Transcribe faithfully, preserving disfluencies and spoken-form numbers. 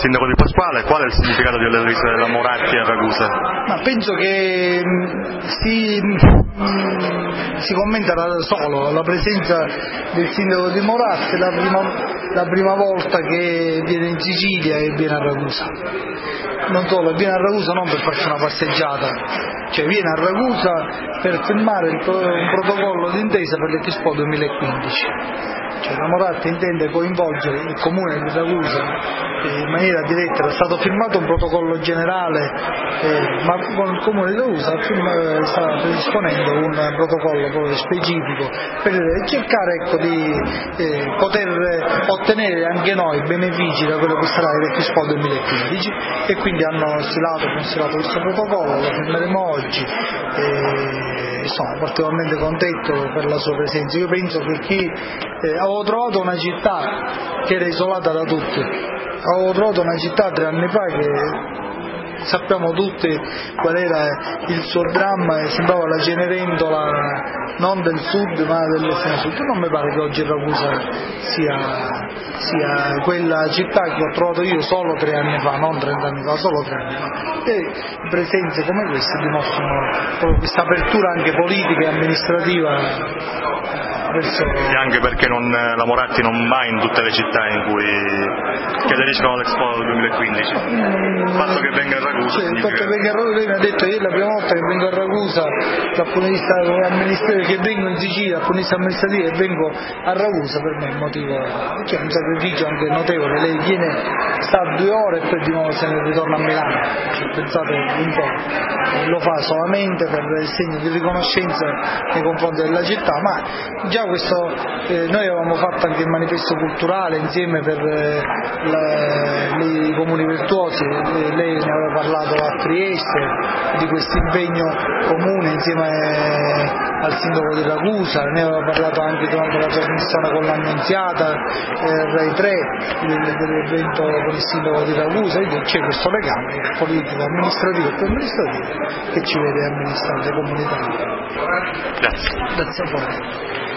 sindaco Di Pasquale, qual è il significato della visita della Moratti a Ragusa? Ma penso che si, si commenta da solo la presenza del sindaco di Moratti, la prima, la prima volta che viene in Sicilia e viene a Ragusa. Non solo, viene a Ragusa non per farsi una passeggiata, cioè viene a Ragusa per firmare il, un protocollo d'intesa per l'Expo duemilaquindici. Cioè la Moratti intende coinvolgere il comune di Ragusa in maniera diretta, è stato firmato un protocollo generale, eh, ma con il comune di Ragusa eh, sta predisponendo un protocollo proprio specifico per cercare ecco, di eh, poter ottenere anche noi benefici da quello che sarà l'Expo duemilaquindici, e quindi hanno stilato, consigliato questo protocollo, lo firmeremo oggi. E, sono particolarmente contento per la sua presenza. Io penso che chi eh, avevo trovato una città che era isolata da tutti, avevo trovato una città tre anni fa che sappiamo tutti qual era il suo dramma, sembrava la Cenerentola non del sud ma dell'estremo sud. Non mi pare che oggi Ragusa sia, sia quella città che ho trovato io solo tre anni fa, non trent'anni fa, solo tre anni fa. E presenze come queste dimostrano proprio questa apertura anche politica e amministrativa. E anche perché non, la Moratti non va in tutte le città in cui che aderiscono all'Expo duemilaquindici. Il fatto che venga a Ragusa, sì, il fatto che venga a Ragusa, lei mi ha detto ieri la prima volta che vengo a Ragusa dal punto di vista amministrativo, che vengo in Sicilia dal punto di vista amministrativo e vengo a Ragusa, per me è un motivo, cioè un sacrificio anche notevole. Lei viene, sta due ore e poi di nuovo se ne ritorna a Milano, cioè, pensate un po', lo fa solamente per il segno di riconoscenza nei confronti della città, ma già questo eh, noi avevamo fatto anche il manifesto culturale insieme per eh, la, i comuni virtuosi, eh, lei ne aveva parlato a Trieste di questo impegno comune insieme al sindaco di Ragusa, ne aveva parlato anche durante la trasmissione con l'Annunziata, eh, Rai tre, dell'evento con il sindaco di Ragusa, e c'è questo legame politico, amministrativo e più amministrativo che ci vede amministrare le comunità. Grazie. Grazie a voi.